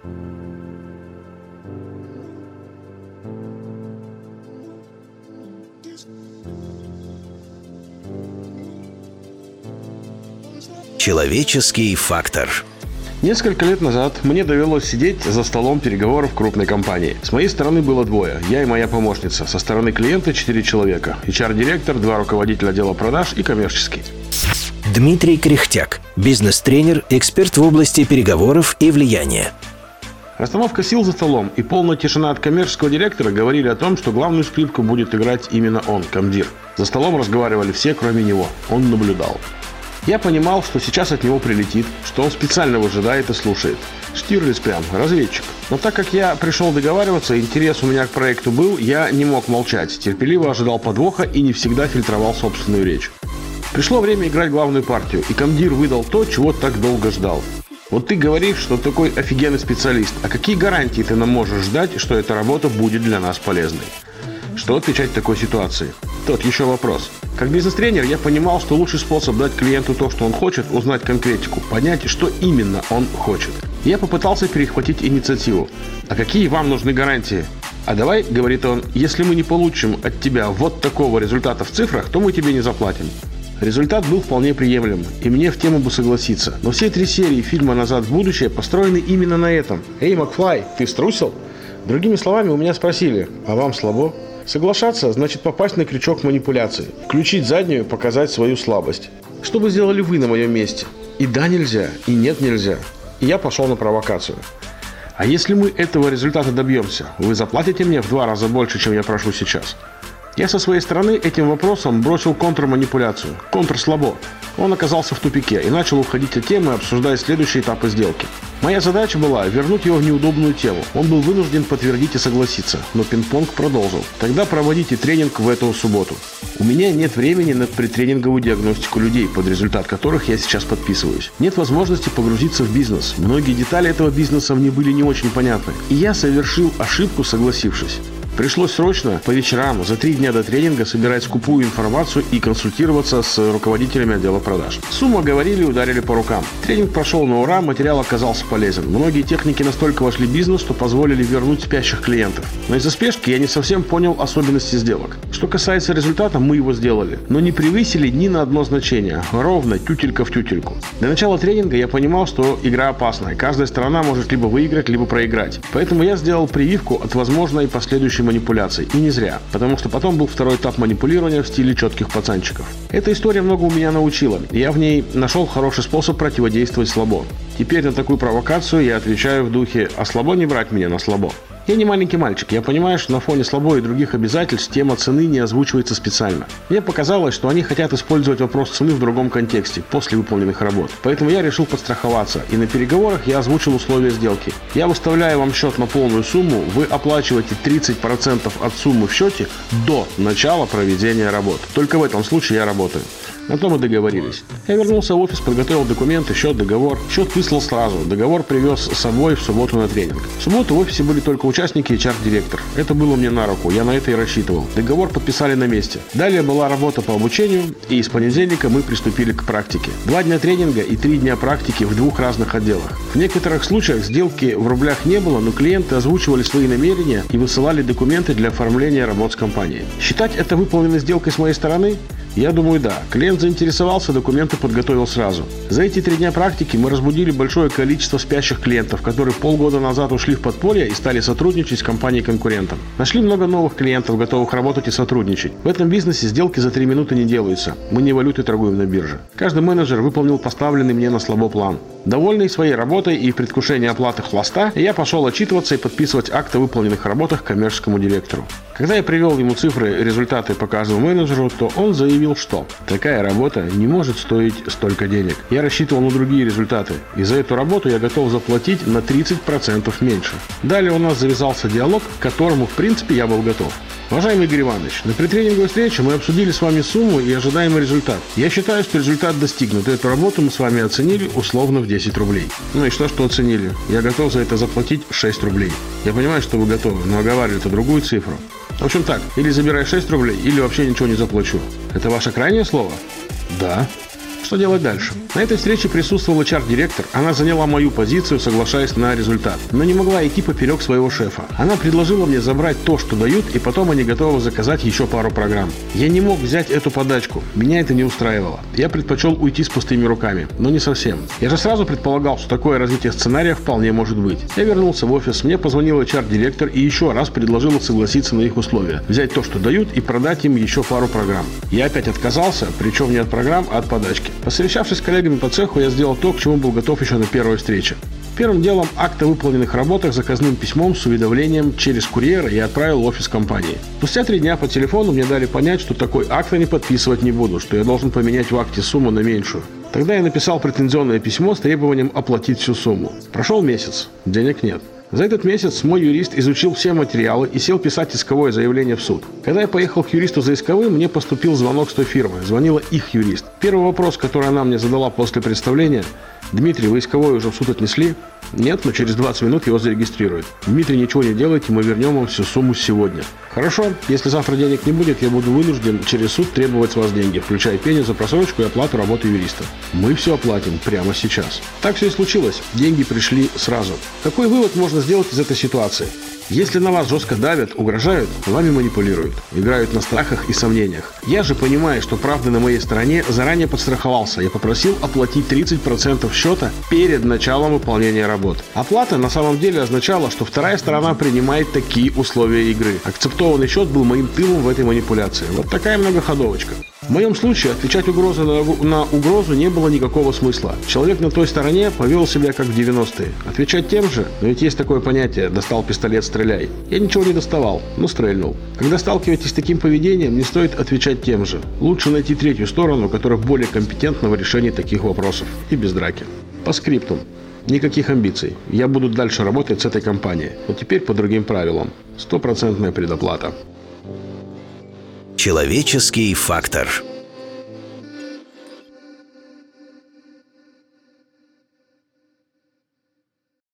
Человеческий фактор. Несколько лет назад мне довелось сидеть за столом переговоров в крупной компании. С моей стороны было двое, я и моя помощница. Со стороны клиента 4 человека. HR-директор, 2 руководителя отдела продаж и коммерческий. Дмитрий Кряхтяк. Бизнес-тренер, эксперт в области переговоров и влияния. Расстановка сил за столом и полная тишина от коммерческого директора говорили о том, что главную скрипку будет играть именно он, комдир. За столом разговаривали все, кроме него. Он наблюдал. Я понимал, что сейчас от него прилетит, что он специально выжидает и слушает. Штирлиц прям, разведчик. Но так как я пришел договариваться, интерес у меня к проекту был, я не мог молчать, терпеливо ожидал подвоха и не всегда фильтровал собственную речь. Пришло время играть главную партию, и комдир выдал то, чего так долго ждал. Вот ты говоришь, что такой офигенный специалист, а какие гарантии ты нам можешь ждать, что эта работа будет для нас полезной? Что отвечать в такой ситуации? Тот еще вопрос. Как бизнес-тренер я понимал, что лучший способ дать клиенту то, что он хочет, узнать конкретику, понять, что именно он хочет. Я попытался перехватить инициативу. А какие вам нужны гарантии? А давай, говорит он, если мы не получим от тебя вот такого результата в цифрах, то мы тебе не заплатим. Результат был вполне приемлем, и мне в тему бы согласиться. Но все 3 серии фильма «Назад в будущее» построены именно на этом. «Эй, Макфлай, ты струсил?» Другими словами, у меня спросили, а вам слабо? Соглашаться значит попасть на крючок манипуляции, включить заднюю, показать свою слабость. Что бы сделали вы на моем месте? И да, нельзя, и нет, нельзя. И я пошел на провокацию. А если мы этого результата добьемся, вы заплатите мне в 2 раза больше, чем я прошу сейчас? Я со своей стороны этим вопросом бросил контрманипуляцию, контрслабо. Он оказался в тупике и начал уходить от темы, обсуждая следующие этапы сделки. Моя задача была вернуть его в неудобную тему. Он был вынужден подтвердить и согласиться, но пинг-понг продолжил. Тогда проводите тренинг в эту субботу. У меня нет времени на предтренинговую диагностику людей, под результат которых я сейчас подписываюсь. Нет возможности погрузиться в бизнес. Многие детали этого бизнеса мне были не очень понятны. И я совершил ошибку, согласившись. Пришлось срочно, по вечерам, за 3 дня до тренинга собирать скупую информацию и консультироваться с руководителями отдела продаж. Сумму говорили и ударили по рукам. Тренинг прошел на ура, материал оказался полезен. Многие техники настолько вошли в бизнес, что позволили вернуть спящих клиентов. Но из-за спешки я не совсем понял особенности сделок. Что касается результата, мы его сделали, но не превысили ни на одно значение. Ровно, тютелька в тютельку. До начала тренинга я понимал, что игра опасная. Каждая сторона может либо выиграть, либо проиграть. Поэтому я сделал прививку от возможной последующей манипуляций. И не зря, потому что потом был второй этап манипулирования в стиле четких пацанчиков. Эта история много у меня научила, и я в ней нашел хороший способ противодействовать слабо. Теперь на такую провокацию я отвечаю в духе «а слабо не брать меня на слабо». Я не маленький мальчик, я понимаю, что на фоне слабо и других обязательств тема цены не озвучивается специально. Мне показалось, что они хотят использовать вопрос цены в другом контексте, после выполненных работ. Поэтому я решил подстраховаться, и на переговорах я озвучил условия сделки. Я выставляю вам счет на полную сумму, вы оплачиваете 30% от суммы в счете до начала проведения работ. Только в этом случае я работаю. На то мы договорились. Я вернулся в офис, подготовил документы, счет, договор. Счет выслал сразу. Договор привез с собой в субботу на тренинг. В субботу в офисе были только участники и HR-директор. Это было мне на руку, я на это и рассчитывал. Договор подписали на месте. Далее была работа по обучению, и с понедельника мы приступили к практике. 2 дня тренинга и 3 дня практики в 2 разных отделах. В некоторых случаях сделки в рублях не было, но клиенты озвучивали свои намерения и высылали документы для оформления работ с компанией. Считать это выполненной сделкой с моей стороны? Я думаю, да. Клиент заинтересовался, документы подготовил сразу. За эти 3 дня практики мы разбудили большое количество спящих клиентов, которые полгода назад ушли в подполье и стали сотрудничать с компанией-конкурентом. Нашли много новых клиентов, готовых работать и сотрудничать. В этом бизнесе сделки за 3 минуты не делаются. Мы не валютой торгуем на бирже. Каждый менеджер выполнил поставленный мне на слабо план. Довольный своей работой и в предвкушении оплаты хвоста, я пошел отчитываться и подписывать акт о выполненных работах коммерческому директору. Когда я привел ему цифры, результаты по каждому менеджеру, то он заявил, что такая работа не может стоить столько денег. Я рассчитывал на другие результаты, и за эту работу я готов заплатить на 30% меньше. Далее у нас завязался диалог, к которому, в принципе, я был готов. Уважаемый Игорь Иванович, на предтренинговой встрече мы обсудили с вами сумму и ожидаемый результат. Я считаю, что результат достигнут. Эту работу мы с вами оценили условно в 10 рублей. Ну и что оценили? Я готов за это заплатить 6 рублей. Я понимаю, что вы готовы, но оговаривали-то другую цифру. В общем так, или забирай 6 рублей, или вообще ничего не заплачу. Это ваше крайнее слово? Да. Что делать дальше? На этой встрече присутствовал HR-директор. Она заняла мою позицию, соглашаясь на результат, но не могла идти поперек своего шефа. Она предложила мне забрать то, что дают, и потом они готовы заказать еще пару программ. Я не мог взять эту подачку. Меня это не устраивало. Я предпочел уйти с пустыми руками, но не совсем. Я же сразу предполагал, что такое развитие сценария вполне может быть. Я вернулся в офис, мне позвонил HR-директор и еще раз предложил согласиться на их условия. Взять то, что дают, и продать им еще пару программ. Я опять отказался, причем не от программ, а от подачки. Посовещавшись с коллегами по цеху, я сделал то, к чему был готов еще на первой встрече. Первым делом акт о выполненных работах заказным письмом с уведомлением через курьера я отправил в офис компании. Спустя 3 дня по телефону мне дали понять, что такой акт я не подписывать не буду, что я должен поменять в акте сумму на меньшую. Тогда я написал претензионное письмо с требованием оплатить всю сумму. Прошел месяц, денег нет. За этот месяц мой юрист изучил все материалы и сел писать исковое заявление в суд. Когда я поехал к юристу за исковым, мне поступил звонок с той фирмы. Звонила их юрист. Первый вопрос, который она мне задала после представления: «Дмитрий, вы исковой уже в суд отнесли?» «Нет, но через 20 минут его зарегистрируют». «Дмитрий, ничего не делайте, мы вернем вам всю сумму сегодня». «Хорошо, если завтра денег не будет, я буду вынужден через суд требовать с вас деньги, включая пеню за просрочку и оплату работы юриста. Мы все оплатим прямо сейчас». Так все и случилось. Деньги пришли сразу. Какой вывод можно сделать из этой ситуации? Если на вас жестко давят, угрожают, вами манипулируют, играют на страхах и сомнениях. Я же, понимая, что правда на моей стороне, заранее подстраховался. Я попросил оплатить 30% счета перед началом выполнения работ. Оплата на самом деле означала, что вторая сторона принимает такие условия игры. Акцептованный счет был моим тылом в этой манипуляции. Вот такая многоходовочка. В моем случае отвечать угрозу на угрозу не было никакого смысла. Человек на той стороне повел себя как в 90-е. Отвечать тем же? Но ведь есть такое понятие: достал пистолет, стреляй. Я ничего не доставал, но стрельнул. Когда сталкиваетесь с таким поведением, не стоит отвечать тем же. Лучше найти третью сторону, которая более компетентна в решении таких вопросов. И без драки. По скриптум. Никаких амбиций. Я буду дальше работать с этой компанией. Но теперь по другим правилам. 100% предоплата. Человеческий фактор.